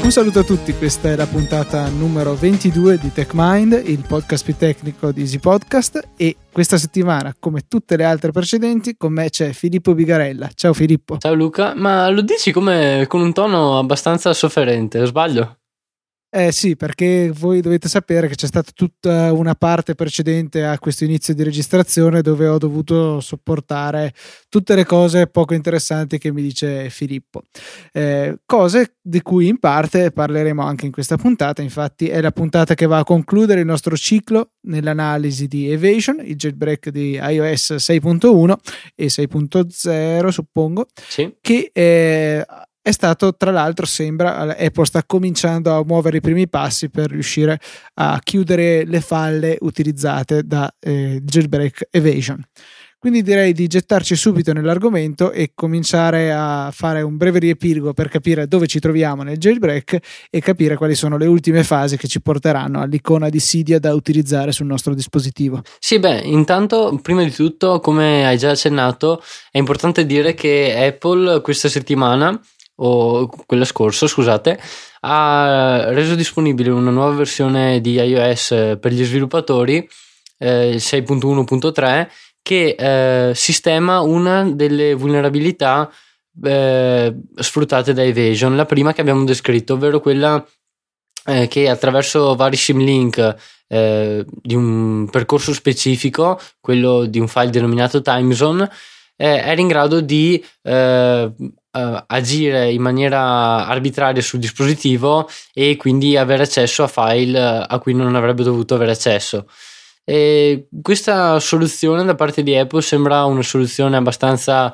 Un saluto a tutti, questa è la puntata numero 22 di TechMind, il podcast più tecnico di Easy Podcast, e questa settimana, come tutte le altre precedenti, con me c'è Filippo Bigarella. Ciao Filippo. Ciao Luca, ma lo dici come con un tono abbastanza sofferente, o sbaglio? Sì, perché voi dovete sapere che c'è stata tutta una parte precedente a questo inizio di registrazione dove ho dovuto sopportare tutte le cose poco interessanti che mi dice Filippo, cose di cui in parte parleremo anche in questa puntata. Infatti è la puntata che va a concludere il nostro ciclo nell'analisi di Evasion, il jailbreak di iOS 6.1 e 6.0 suppongo, sì. Che è stato, tra l'altro, sembra Apple sta cominciando a muovere i primi passi per riuscire a chiudere le falle utilizzate da jailbreak Evasion. Quindi direi di gettarci subito nell'argomento e cominciare a fare un breve riepilogo per capire dove ci troviamo nel jailbreak e capire quali sono le ultime fasi che ci porteranno all'icona di Cydia da utilizzare sul nostro dispositivo. Sì, intanto, prima di tutto, come hai già accennato, è importante dire che Apple questa settimana, o quella scorsa, scusate, ha reso disponibile una nuova versione di iOS per gli sviluppatori, 6.1.3, che sistema una delle vulnerabilità sfruttate da Evasion, la prima che abbiamo descritto, ovvero quella che attraverso vari symlink di un percorso specifico, quello di un file denominato timezone, era in grado di agire in maniera arbitraria sul dispositivo e quindi avere accesso a file a cui non avrebbe dovuto avere accesso. E questa soluzione da parte di Apple sembra una soluzione abbastanza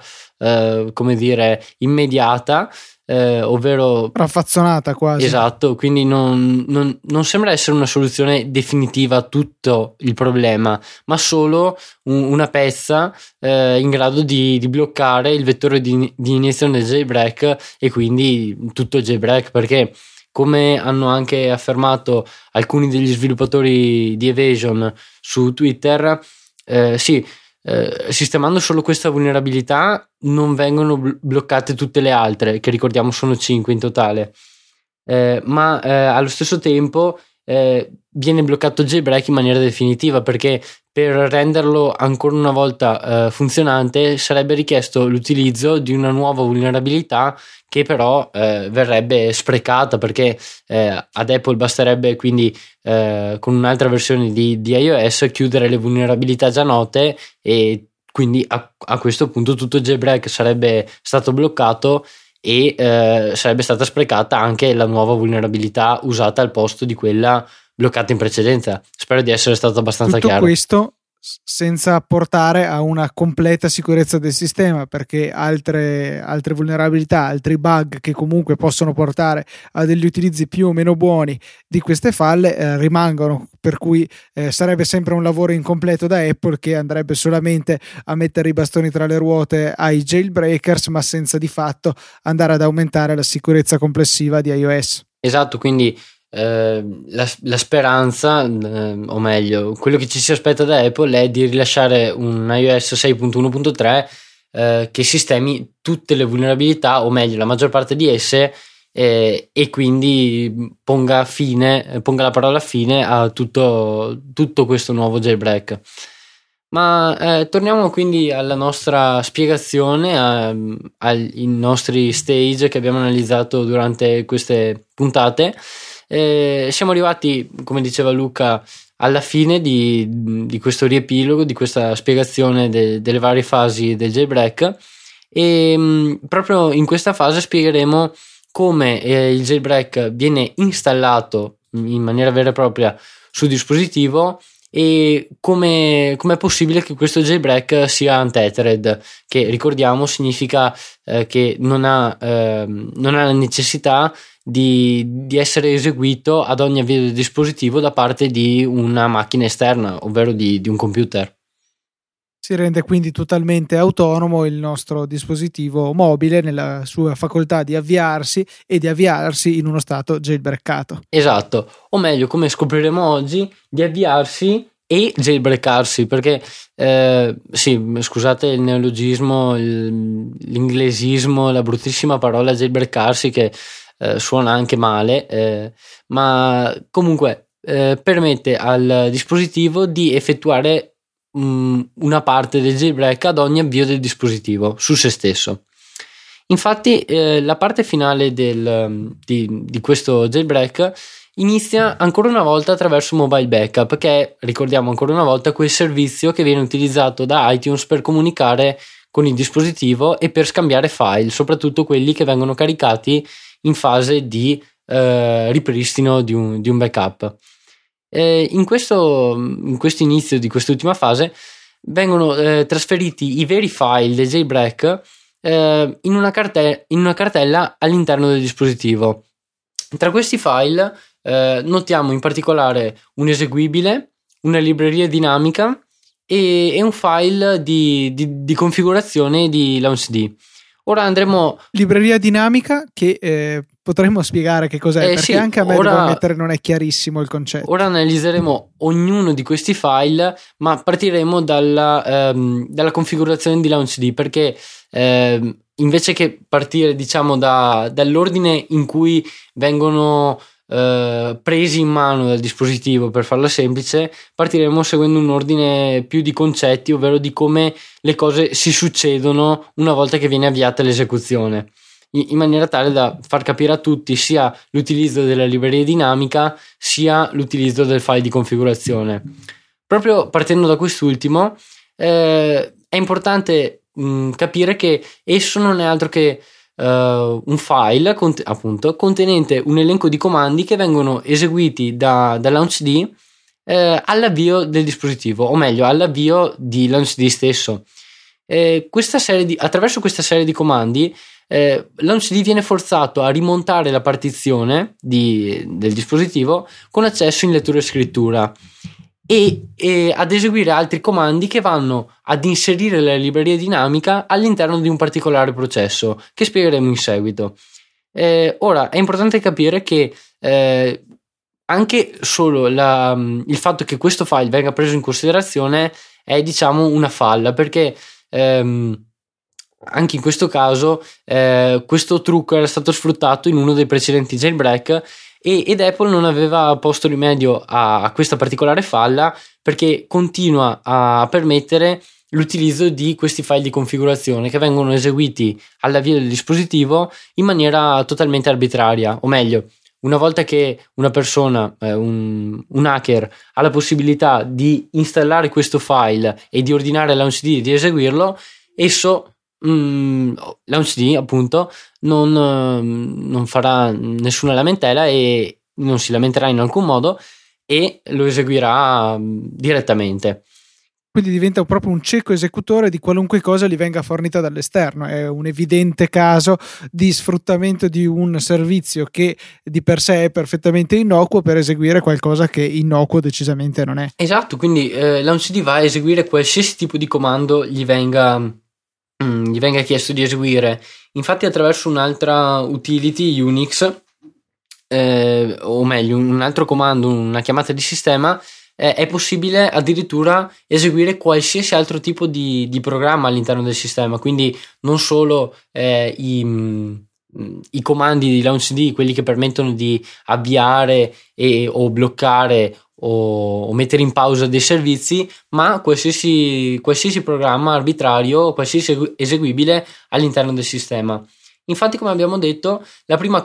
immediata, ovvero raffazzonata quasi. Esatto, quindi non sembra essere una soluzione definitiva a tutto il problema, ma solo una pezza in grado di bloccare il vettore di iniziazione del jailbreak e quindi tutto il jailbreak, perché come hanno anche affermato alcuni degli sviluppatori di Evasion su Twitter, sistemando solo questa vulnerabilità non vengono bloccate tutte le altre, che ricordiamo sono 5 in totale, ma allo stesso tempo viene bloccato il jailbreak in maniera definitiva, perché per renderlo ancora una volta funzionante sarebbe richiesto l'utilizzo di una nuova vulnerabilità che però verrebbe sprecata, perché ad Apple basterebbe quindi con un'altra versione di iOS chiudere le vulnerabilità già note e quindi a questo punto tutto il jailbreak sarebbe stato bloccato e sarebbe stata sprecata anche la nuova vulnerabilità usata al posto di quella bloccata in precedenza. Spero di essere stato abbastanza chiaro. Questo senza portare a una completa sicurezza del sistema, perché altre vulnerabilità, altri bug che comunque possono portare a degli utilizzi più o meno buoni di queste falle rimangono, per cui sarebbe sempre un lavoro incompleto da Apple, che andrebbe solamente a mettere i bastoni tra le ruote ai jailbreakers, ma senza di fatto andare ad aumentare la sicurezza complessiva di iOS. Esatto, quindi la speranza, o meglio, quello che ci si aspetta da Apple è di rilasciare un iOS 6.1.3 che sistemi tutte le vulnerabilità, o meglio la maggior parte di esse, e quindi ponga la parola fine a tutto questo nuovo jailbreak. Ma torniamo quindi alla nostra spiegazione, ai nostri stage che abbiamo analizzato durante queste puntate. Siamo arrivati, come diceva Luca, alla fine di questo riepilogo, di questa spiegazione delle varie fasi del jailbreak, e proprio in questa fase spiegheremo come il jailbreak viene installato in maniera vera e propria sul dispositivo e come è possibile che questo jailbreak sia untethered, che ricordiamo significa che non ha la necessità di essere eseguito ad ogni avvio del dispositivo da parte di una macchina esterna, ovvero di un computer. Si rende quindi totalmente autonomo il nostro dispositivo mobile nella sua facoltà di avviarsi e di avviarsi in uno stato jailbreakato. Esatto, o meglio, come scopriremo oggi, di avviarsi e jailbreakarsi, perché scusate il neologismo, l'inglesismo, la bruttissima parola jailbreakarsi, che suona anche male, ma comunque permette al dispositivo di effettuare una parte del jailbreak ad ogni avvio del dispositivo su se stesso. Infatti la parte finale di questo jailbreak inizia ancora una volta attraverso Mobile Backup, che è, ricordiamo ancora una volta, quel servizio che viene utilizzato da iTunes per comunicare con il dispositivo e per scambiare file, soprattutto quelli che vengono caricati in fase di ripristino di un backup. In questo inizio di quest'ultima fase vengono trasferiti i veri file del jailbreak in una cartella all'interno del dispositivo. Tra questi file notiamo in particolare un eseguibile, una libreria dinamica e un file di configurazione di LaunchD. Ora andremo... Libreria dinamica che potremmo spiegare che cos'è, perché sì, anche a me, devo ammettere, non è chiarissimo il concetto. Ora analizzeremo ognuno di questi file, ma partiremo dalla configurazione di LaunchD, perché invece che partire, diciamo, dall'ordine in cui vengono presi in mano dal dispositivo, per farla semplice, partiremo seguendo un ordine più di concetti, ovvero di come le cose si succedono una volta che viene avviata l'esecuzione, in maniera tale da far capire a tutti sia l'utilizzo della libreria dinamica sia l'utilizzo del file di configurazione. Proprio partendo da quest'ultimo, è importante capire che esso non è altro che un file appunto contenente un elenco di comandi che vengono eseguiti da LaunchD all'avvio del dispositivo, o meglio all'avvio di LaunchD stesso. Attraverso questa serie di comandi LaunchD viene forzato a rimontare la partizione del dispositivo con accesso in lettura e scrittura e ad eseguire altri comandi che vanno ad inserire la libreria dinamica all'interno di un particolare processo che spiegheremo in seguito. Ora è importante capire che anche solo il fatto che questo file venga preso in considerazione è, diciamo, una falla, perché anche in questo caso questo trucco era stato sfruttato in uno dei precedenti jailbreak ed Apple non aveva posto rimedio a questa particolare falla, perché continua a permettere l'utilizzo di questi file di configurazione che vengono eseguiti all'avvio del dispositivo in maniera totalmente arbitraria, o meglio, una volta che una persona, un hacker, ha la possibilità di installare questo file e di ordinare a LaunchD di eseguirlo, esso LaunchD appunto non farà nessuna lamentela e non si lamenterà in alcun modo e lo eseguirà direttamente. Quindi diventa proprio un cieco esecutore di qualunque cosa gli venga fornita dall'esterno. È un evidente caso di sfruttamento di un servizio che di per sé è perfettamente innocuo per eseguire qualcosa che innocuo decisamente non è. Esatto, quindi LaunchD va a eseguire qualsiasi tipo di comando gli venga chiesto di eseguire. Infatti attraverso un'altra utility Unix, o meglio un altro comando, una chiamata di sistema, è possibile addirittura eseguire qualsiasi altro tipo di programma all'interno del sistema, quindi non solo i comandi di LaunchD, quelli che permettono di avviare o bloccare o mettere in pausa dei servizi, ma qualsiasi programma arbitrario, qualsiasi eseguibile all'interno del sistema. Infatti, come abbiamo detto, il primo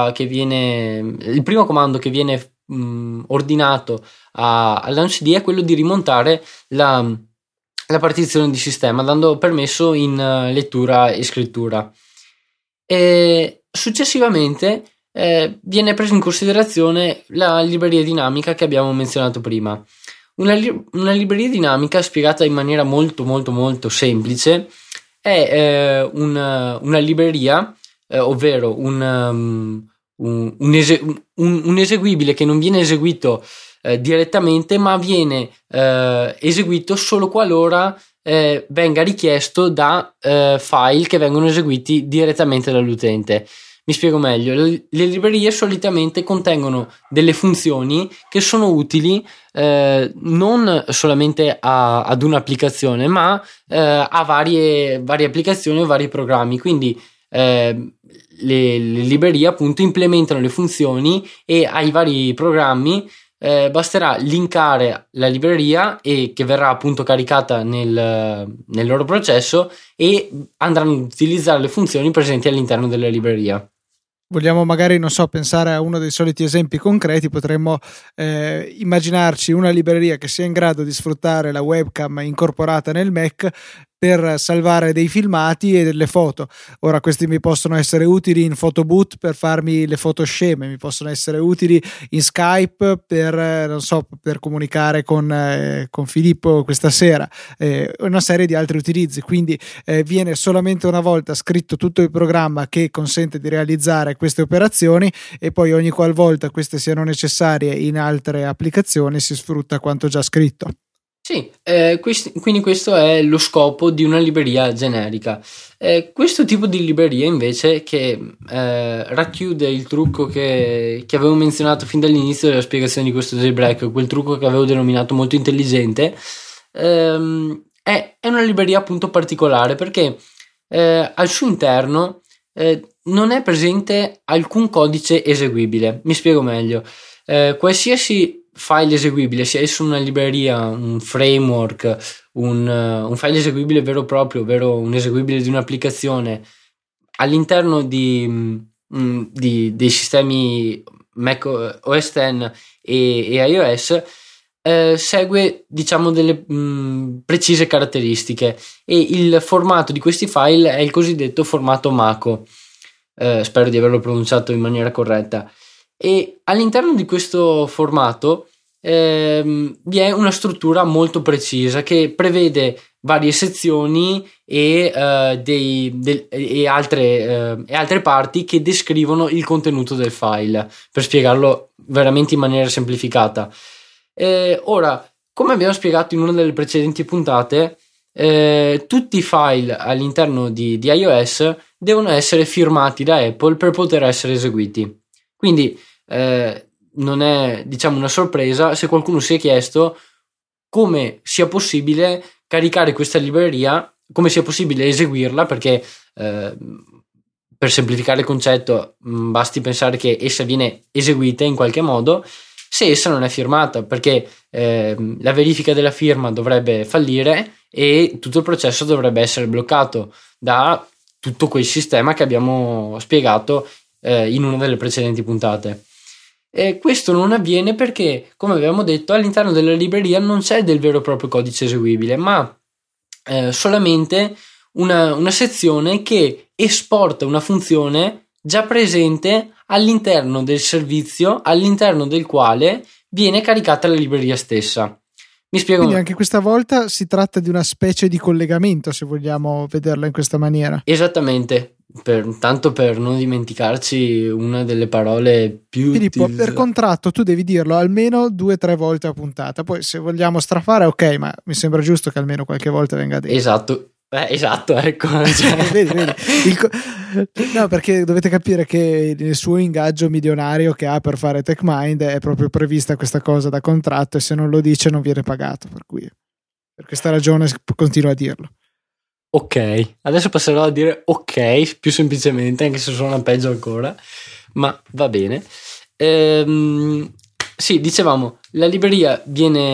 comando che viene ordinato a LaunchD è quello di rimontare la partizione di sistema, dando permesso in lettura e scrittura. E successivamente viene presa in considerazione la libreria dinamica che abbiamo menzionato prima. Una libreria dinamica, spiegata in maniera molto molto molto semplice, è una libreria, ovvero un eseguibile che non viene eseguito direttamente, ma viene eseguito solo qualora venga richiesto da file che vengono eseguiti direttamente dall'utente. Mi spiego meglio: le librerie solitamente contengono delle funzioni che sono utili non solamente ad un'applicazione, ma a varie applicazioni o vari programmi. Quindi le librerie appunto implementano le funzioni, e ai vari programmi basterà linkare la libreria, e che verrà appunto caricata nel loro processo, e andranno ad utilizzare le funzioni presenti all'interno della libreria. Vogliamo magari, non so, pensare a uno dei soliti esempi concreti, potremmo immaginarci una libreria che sia in grado di sfruttare la webcam incorporata nel Mac per salvare dei filmati e delle foto. Ora, questi mi possono essere utili in Photoboot per farmi le foto sceme, mi possono essere utili in Skype per, non so, per comunicare con Filippo questa sera, una serie di altri utilizzi. Quindi viene solamente una volta scritto tutto il programma che consente di realizzare queste operazioni, e poi ogni qualvolta queste siano necessarie in altre applicazioni si sfrutta quanto già scritto. Sì, quindi questo è lo scopo di una libreria generica. Questo tipo di libreria invece, che racchiude il trucco che avevo menzionato fin dall'inizio della spiegazione di questo jailbreak, quel trucco che avevo denominato molto intelligente, è una libreria appunto particolare, perché al suo interno non è presente alcun codice eseguibile. Mi spiego meglio. Qualsiasi file eseguibile, sia esso una libreria, un framework, un file eseguibile vero e proprio, ovvero un eseguibile di un'applicazione all'interno dei sistemi Mac OS X e iOS, segue, diciamo, delle precise caratteristiche, e il formato di questi file è il cosiddetto formato Mako. Spero di averlo pronunciato in maniera corretta. E all'interno di questo formato vi è una struttura molto precisa che prevede varie sezioni e altre parti che descrivono il contenuto del file, per spiegarlo veramente in maniera semplificata. Ora, come abbiamo spiegato in una delle precedenti puntate, tutti i file all'interno di iOS devono essere firmati da Apple per poter essere eseguiti. Quindi non è, diciamo, una sorpresa se qualcuno si è chiesto come sia possibile caricare questa libreria, come sia possibile eseguirla, perché per semplificare il concetto basti pensare che essa viene eseguita in qualche modo se essa non è firmata, perché la verifica della firma dovrebbe fallire e tutto il processo dovrebbe essere bloccato da tutto quel sistema che abbiamo spiegato in una delle precedenti puntate. E questo non avviene perché, come abbiamo detto, all'interno della libreria non c'è del vero e proprio codice eseguibile, ma solamente una sezione che esporta una funzione già presente all'interno del servizio, all'interno del quale viene caricata la libreria stessa. Mi spiego. Quindi anche questa volta si tratta di una specie di collegamento, se vogliamo vederla in questa maniera. Esattamente. Tanto per non dimenticarci una delle parole più Filippo, per contratto tu devi dirlo almeno 2 o 3 volte a puntata, poi se vogliamo strafare ok, ma mi sembra giusto che almeno qualche volta venga detto. Esatto, ecco. Vedi. No, perché dovete capire che nel suo ingaggio milionario che ha per fare TechMind è proprio prevista questa cosa da contratto, e se non lo dice non viene pagato, per cui per questa ragione continua a dirlo. Ok, adesso passerò a dire ok più semplicemente, anche se suona peggio ancora, ma va bene. Sì, dicevamo, la libreria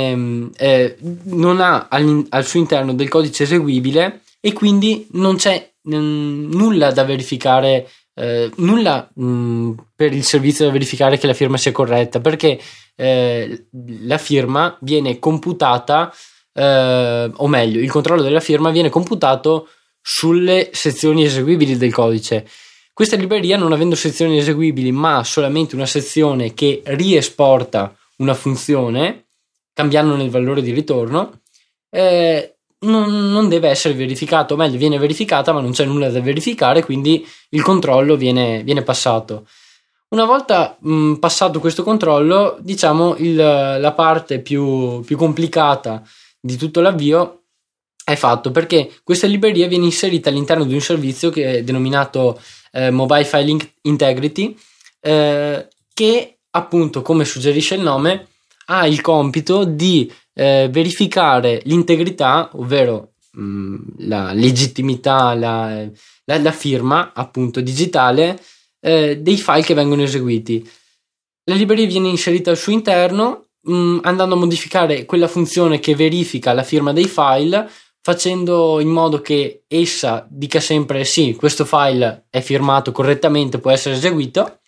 non ha al suo interno del codice eseguibile, e quindi non c'è nulla da verificare, nulla per il servizio da verificare che la firma sia corretta, perché la firma viene computata, o meglio, il controllo della firma viene computato sulle sezioni eseguibili del codice. Questa libreria, non avendo sezioni eseguibili ma solamente una sezione che riesporta una funzione cambiandone il valore di ritorno, non deve essere verificato, o meglio viene verificata ma non c'è nulla da verificare, quindi il controllo viene passato. Una volta passato questo controllo, diciamo la parte più complicata di tutto l'avvio è fatto, perché questa libreria viene inserita all'interno di un servizio che è denominato Mobile File Integrity, che appunto, come suggerisce il nome, ha il compito di verificare l'integrità, ovvero la legittimità, la firma appunto digitale dei file che vengono eseguiti. La libreria viene inserita al suo interno, andando a modificare quella funzione che verifica la firma dei file, facendo in modo che essa dica sempre sì, questo file è firmato correttamente, può essere eseguito,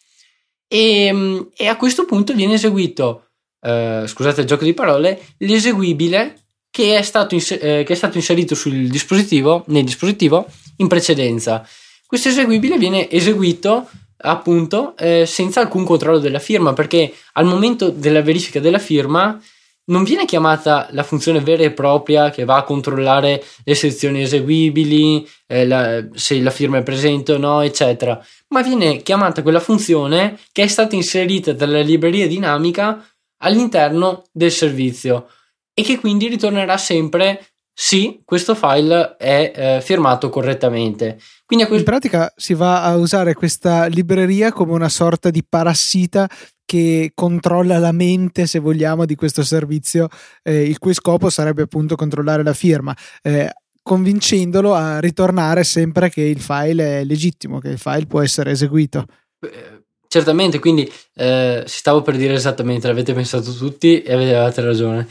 e a questo punto viene eseguito, scusate il gioco di parole, l'eseguibile che è stato inserito nel dispositivo in precedenza. Questo eseguibile viene eseguito appunto senza alcun controllo della firma, perché al momento della verifica della firma non viene chiamata la funzione vera e propria che va a controllare le sezioni eseguibili, se la firma è presente o no, eccetera, ma viene chiamata quella funzione che è stata inserita dalla libreria dinamica all'interno del servizio e che quindi ritornerà sempre sì, questo file è firmato correttamente. Quindi in pratica si va a usare questa libreria come una sorta di parassita che controlla la mente, se vogliamo, di questo servizio, il cui scopo sarebbe appunto controllare la firma, convincendolo a ritornare sempre che il file è legittimo, che il file può essere eseguito. Certamente, quindi stavo per dire esattamente, l'avete pensato tutti e avevate ragione.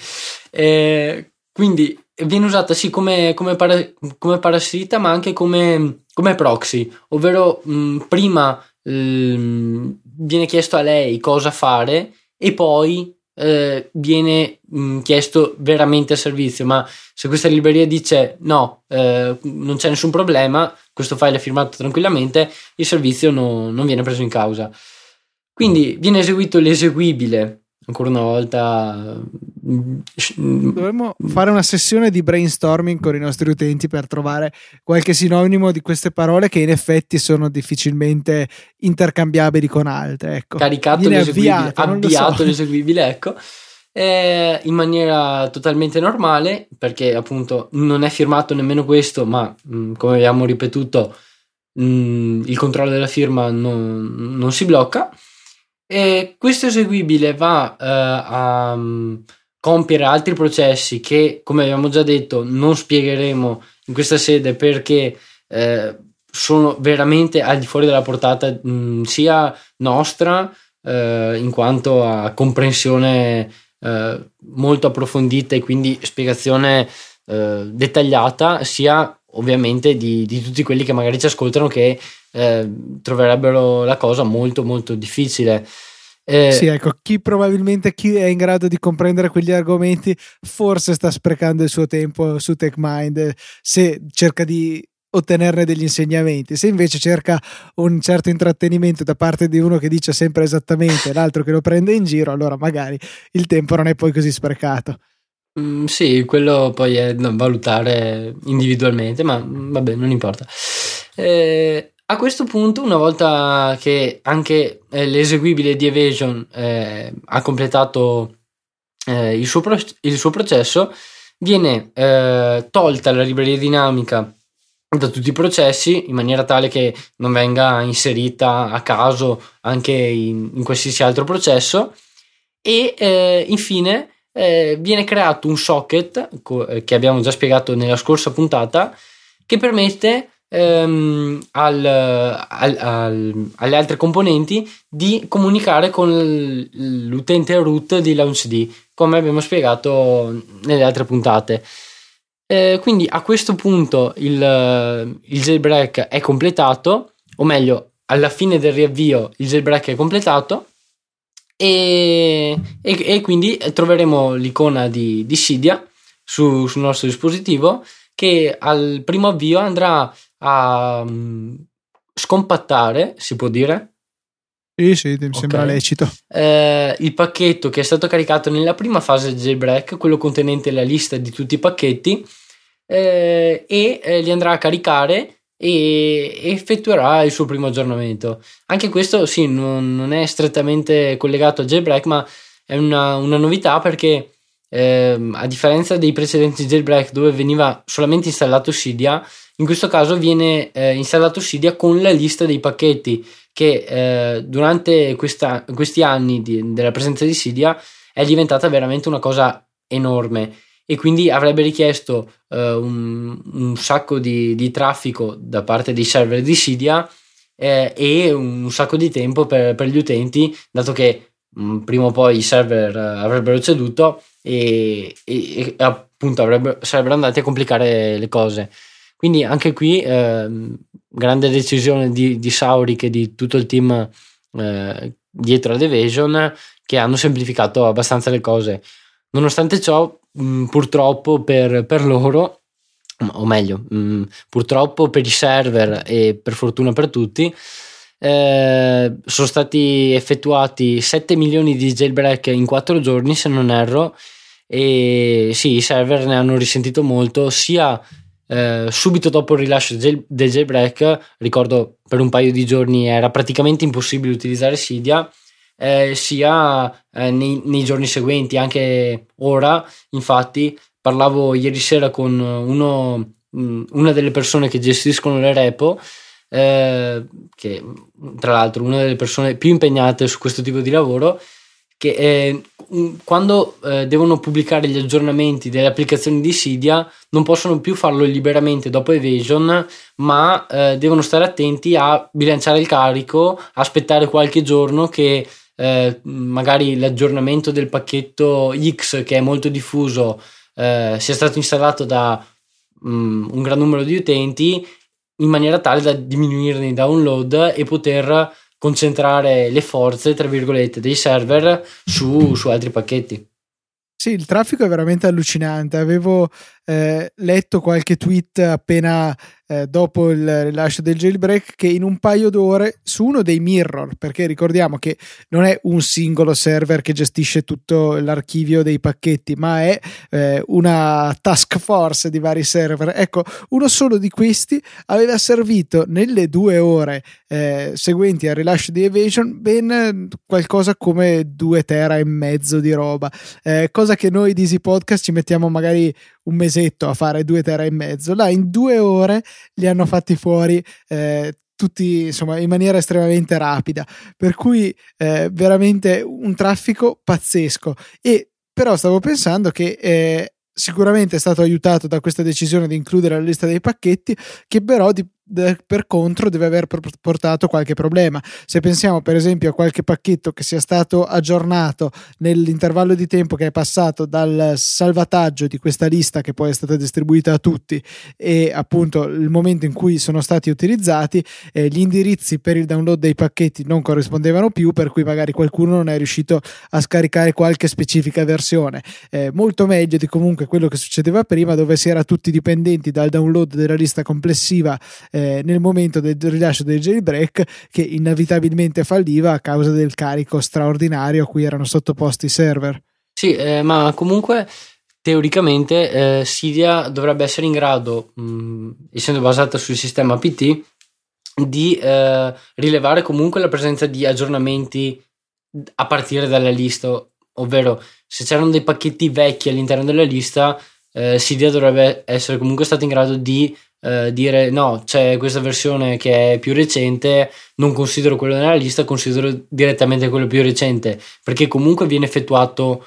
Quindi viene usata sì come parassita, ma anche come proxy, ovvero prima viene chiesto a lei cosa fare e poi viene chiesto veramente al servizio, ma se questa libreria dice no, non c'è nessun problema, questo file è firmato tranquillamente, il servizio non viene preso in causa. Quindi viene eseguito l'eseguibile. Ancora una volta dovremmo fare una sessione di brainstorming con i nostri utenti per trovare qualche sinonimo di queste parole che in effetti sono difficilmente intercambiabili con altre, ecco. Caricato l'eseguibile, avviato l'eseguibile, ecco, in maniera totalmente normale, perché appunto non è firmato nemmeno questo, ma come abbiamo ripetuto il controllo della firma non si blocca. E questo eseguibile va a compiere altri processi che, come abbiamo già detto, non spiegheremo in questa sede perché sono veramente al di fuori della portata sia nostra in quanto a comprensione molto approfondita e quindi spiegazione dettagliata, sia ovviamente di tutti quelli che magari ci ascoltano che troverebbero la cosa molto molto difficile. Sì, ecco, chi è in grado di comprendere quegli argomenti forse sta sprecando il suo tempo su TechMind se cerca di ottenerne degli insegnamenti. Se invece cerca un certo intrattenimento da parte di uno che dice sempre esattamente e l'altro che lo prende in giro, allora magari il tempo non è poi così sprecato. Sì, quello poi è da valutare individualmente, ma vabbè, non importa. A questo punto, una volta che anche l'eseguibile di Evasion ha completato il suo processo, viene tolta la libreria dinamica da tutti i processi in maniera tale che non venga inserita a caso anche in qualsiasi altro processo e infine viene creato un socket che abbiamo già spiegato nella scorsa puntata che permette alle altre componenti di comunicare con l'utente root di LaunchD, come abbiamo spiegato nelle altre puntate. Quindi a questo punto il jailbreak è completato, o meglio alla fine del riavvio il jailbreak è completato e quindi troveremo l'icona di Cydia sul nostro dispositivo che al primo avvio andrà a scompattare, si può dire? Sì, mi sembra lecito. Il pacchetto che è stato caricato nella prima fase del jailbreak, quello contenente la lista di tutti i pacchetti, e li andrà a caricare e effettuerà il suo primo aggiornamento. Anche questo sì, non è strettamente collegato al jailbreak, ma è una novità perché a differenza dei precedenti jailbreak dove veniva solamente installato Cydia, in questo caso viene installato Cydia con la lista dei pacchetti che durante questi anni della presenza di Cydia è diventata veramente una cosa enorme e quindi avrebbe richiesto un sacco di traffico da parte dei server di Cydia e un sacco di tempo per gli utenti, dato che prima o poi i server avrebbero ceduto e appunto sarebbero andati a complicare le cose. Quindi anche qui grande decisione di Saurik e di tutto il team dietro ad Evasion, che hanno semplificato abbastanza le cose. Nonostante ciò, purtroppo per loro, o meglio, purtroppo per i server e per fortuna per tutti, sono stati effettuati 7 milioni di jailbreak in 4 giorni, se non erro, e sì, i server ne hanno risentito molto, sia subito dopo il rilascio del jailbreak. Ricordo, per un paio di giorni era praticamente impossibile utilizzare Cydia, sia nei giorni seguenti. Anche ora, infatti, parlavo ieri sera con una delle persone che gestiscono le repo, che tra l'altro una delle persone più impegnate su questo tipo di lavoro, che quando devono pubblicare gli aggiornamenti delle applicazioni di Cydia non possono più farlo liberamente dopo Evasion, ma devono stare attenti a bilanciare il carico, aspettare qualche giorno che magari l'aggiornamento del pacchetto X, che è molto diffuso, sia stato installato da un gran numero di utenti, in maniera tale da diminuirne i download e poter concentrare le forze, tra virgolette, dei server su altri pacchetti. Sì, il traffico è veramente allucinante. Avevo letto qualche tweet appena dopo il rilascio del jailbreak che in un paio d'ore su uno dei mirror, perché ricordiamo che non è un singolo server che gestisce tutto l'archivio dei pacchetti, ma è una task force di vari server. Ecco, uno solo di questi aveva servito nelle 2 ore seguenti al rilascio di Evasion ben qualcosa come 2 tera e mezzo di roba, cosa che noi di Easy Podcast ci mettiamo magari un mesetto a fare 2 tera e mezzo. Là in 2 ore li hanno fatti fuori tutti, insomma, in maniera estremamente rapida, per cui veramente un traffico pazzesco. E però stavo pensando che sicuramente è stato aiutato da questa decisione di includere la lista dei pacchetti, che però per contro deve aver portato qualche problema. Se pensiamo per esempio a qualche pacchetto che sia stato aggiornato nell'intervallo di tempo che è passato dal salvataggio di questa lista, che poi è stata distribuita a tutti, e appunto il momento in cui sono stati utilizzati, gli indirizzi per il download dei pacchetti non corrispondevano più, per cui magari qualcuno non è riuscito a scaricare qualche specifica versione. Molto meglio di comunque quello che succedeva prima, dove si era tutti dipendenti dal download della lista complessiva nel momento del rilascio del jailbreak, che inevitabilmente falliva a causa del carico straordinario a cui erano sottoposti i server. Sì, ma comunque teoricamente Cydia dovrebbe essere in grado, essendo basata sul sistema APT, di rilevare comunque la presenza di aggiornamenti a partire dalla lista, ovvero se c'erano dei pacchetti vecchi all'interno della lista, Cydia dovrebbe essere comunque stato in grado di dire no, c'è questa versione che è più recente, non considero quello nella lista, considero direttamente quello più recente, perché comunque viene effettuato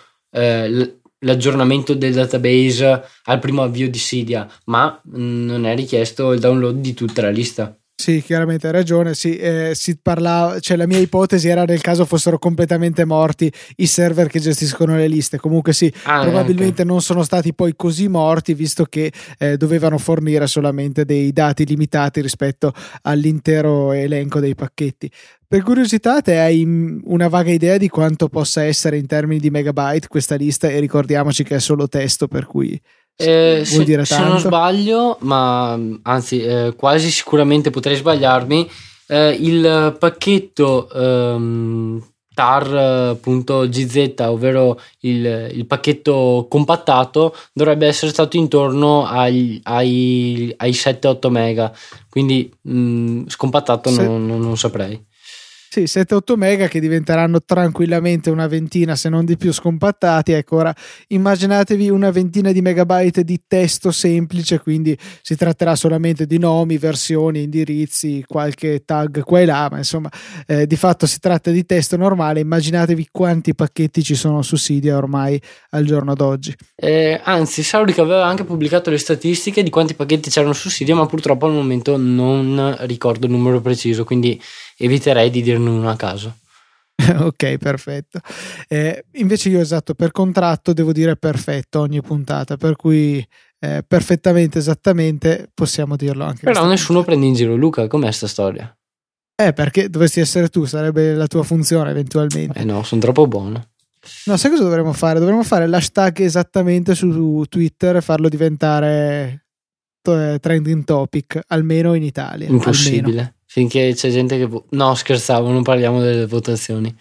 l'aggiornamento del database al primo avvio di Cydia, ma non è richiesto il download di tutta la lista. Sì, chiaramente hai ragione. Sì, si parlava, cioè la mia ipotesi era nel caso fossero completamente morti i server che gestiscono le liste. Comunque sì, probabilmente non sono stati poi così morti, visto che dovevano fornire solamente dei dati limitati rispetto all'intero elenco dei pacchetti. Per curiosità, te hai una vaga idea di quanto possa essere in termini di megabyte questa lista? E ricordiamoci che è solo testo, per cui vuol dire tanto. Se non sbaglio, ma anzi quasi sicuramente potrei sbagliarmi, il pacchetto tar.gz, ovvero il pacchetto compattato, dovrebbe essere stato intorno ai 7-8 mega, quindi scompattato non saprei. Sì, 7-8 mega che diventeranno tranquillamente una ventina, se non di più, scompattati. Ecco, ora immaginatevi una ventina di megabyte di testo semplice, quindi si tratterà solamente di nomi, versioni, indirizzi, qualche tag qua e là, ma insomma di fatto si tratta di testo normale. Immaginatevi quanti pacchetti ci sono su Cydia ormai al giorno d'oggi. Anzi, Sauric aveva anche pubblicato le statistiche di quanti pacchetti c'erano su Cydia, ma purtroppo al momento non ricordo il numero preciso, quindi eviterei di dirne uno a caso. Ok, perfetto. Invece io, esatto, per contratto devo dire perfetto ogni puntata, per cui perfettamente, esattamente, possiamo dirlo anche. Però nessuno prende in giro Luca, com'è sta storia? Perché dovresti essere tu, sarebbe la tua funzione eventualmente. No, sono troppo buono. No, sai cosa dovremmo fare? Dovremmo fare l'hashtag esattamente su Twitter e farlo diventare trending topic, almeno in Italia. Impossibile. Almeno. Finché c'è gente che... No, scherzavo, non parliamo delle votazioni.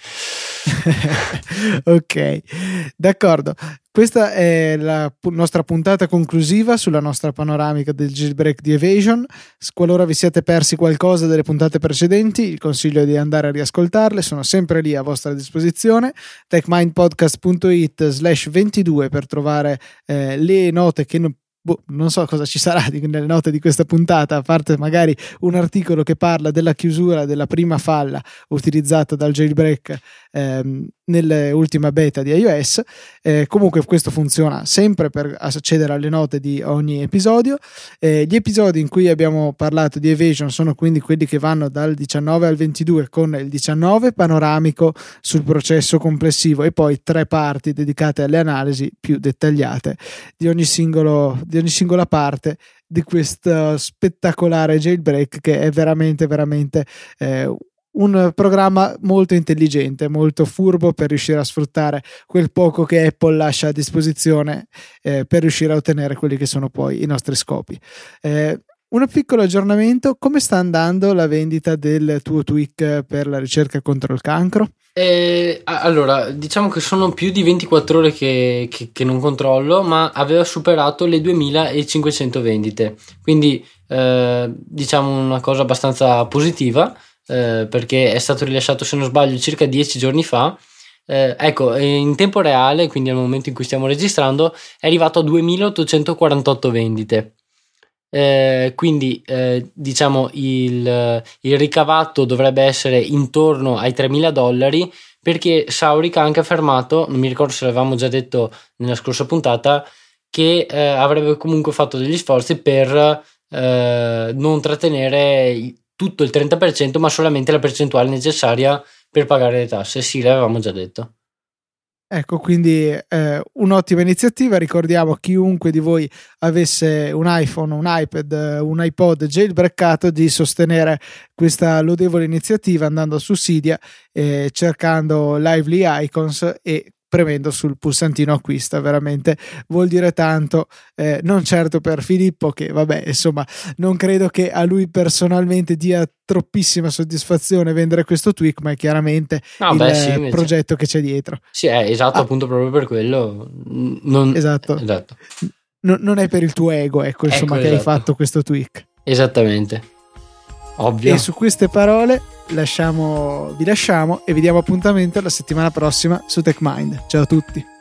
Ok, d'accordo. Questa è la nostra puntata conclusiva sulla nostra panoramica del jailbreak di Evasion. Qualora vi siete persi qualcosa delle puntate precedenti, il consiglio è di andare a riascoltarle, sono sempre lì a vostra disposizione. techmindpodcast.it/22 per trovare le note che non so cosa ci sarà nelle note di questa puntata, a parte magari un articolo che parla della chiusura della prima falla utilizzata dal jailbreak nell'ultima beta di iOS. Comunque questo funziona sempre per accedere alle note di ogni episodio. Gli episodi in cui abbiamo parlato di Evasion sono quindi quelli che vanno dal 19 al 22, con il 19 panoramico sul processo complessivo e poi 3 parti dedicate alle analisi più dettagliate di ogni singola parte di questo spettacolare jailbreak, che è veramente un programma molto intelligente, molto furbo per riuscire a sfruttare quel poco che Apple lascia a disposizione per riuscire a ottenere quelli che sono poi i nostri scopi. Un piccolo aggiornamento: come sta andando la vendita del tuo tweak per la ricerca contro il cancro? Allora, diciamo che sono più di 24 ore che non controllo, ma aveva superato le 2500 vendite, quindi diciamo una cosa abbastanza positiva, perché è stato rilasciato, se non sbaglio, circa 10 giorni fa. Ecco, in tempo reale, quindi al momento in cui stiamo registrando, è arrivato a 2848 vendite. Quindi diciamo il ricavato dovrebbe essere intorno ai $3.000, perché Sauric ha anche affermato, non mi ricordo se l'avevamo già detto nella scorsa puntata, che avrebbe comunque fatto degli sforzi per non trattenere tutto il 30%, ma solamente la percentuale necessaria per pagare le tasse. Sì, l'avevamo già detto. Ecco, quindi un'ottima iniziativa. Ricordiamo, chiunque di voi avesse un iPhone, un iPad, un iPod jailbreakato, di sostenere questa lodevole iniziativa andando su Cydia, cercando Lively Icons e premendo sul pulsantino acquista. Veramente vuol dire tanto, non certo per Filippo, che vabbè, insomma, non credo che a lui personalmente dia troppissima soddisfazione vendere questo tweak, ma è chiaramente il progetto che c'è dietro. Sì, esatto, appunto, proprio per quello. Esatto. Non è per il tuo ego, ecco, insomma, che hai fatto questo tweak. Esattamente. Ovvio. E su queste parole vi lasciamo e vi diamo appuntamento la settimana prossima su TechMind. Ciao a tutti.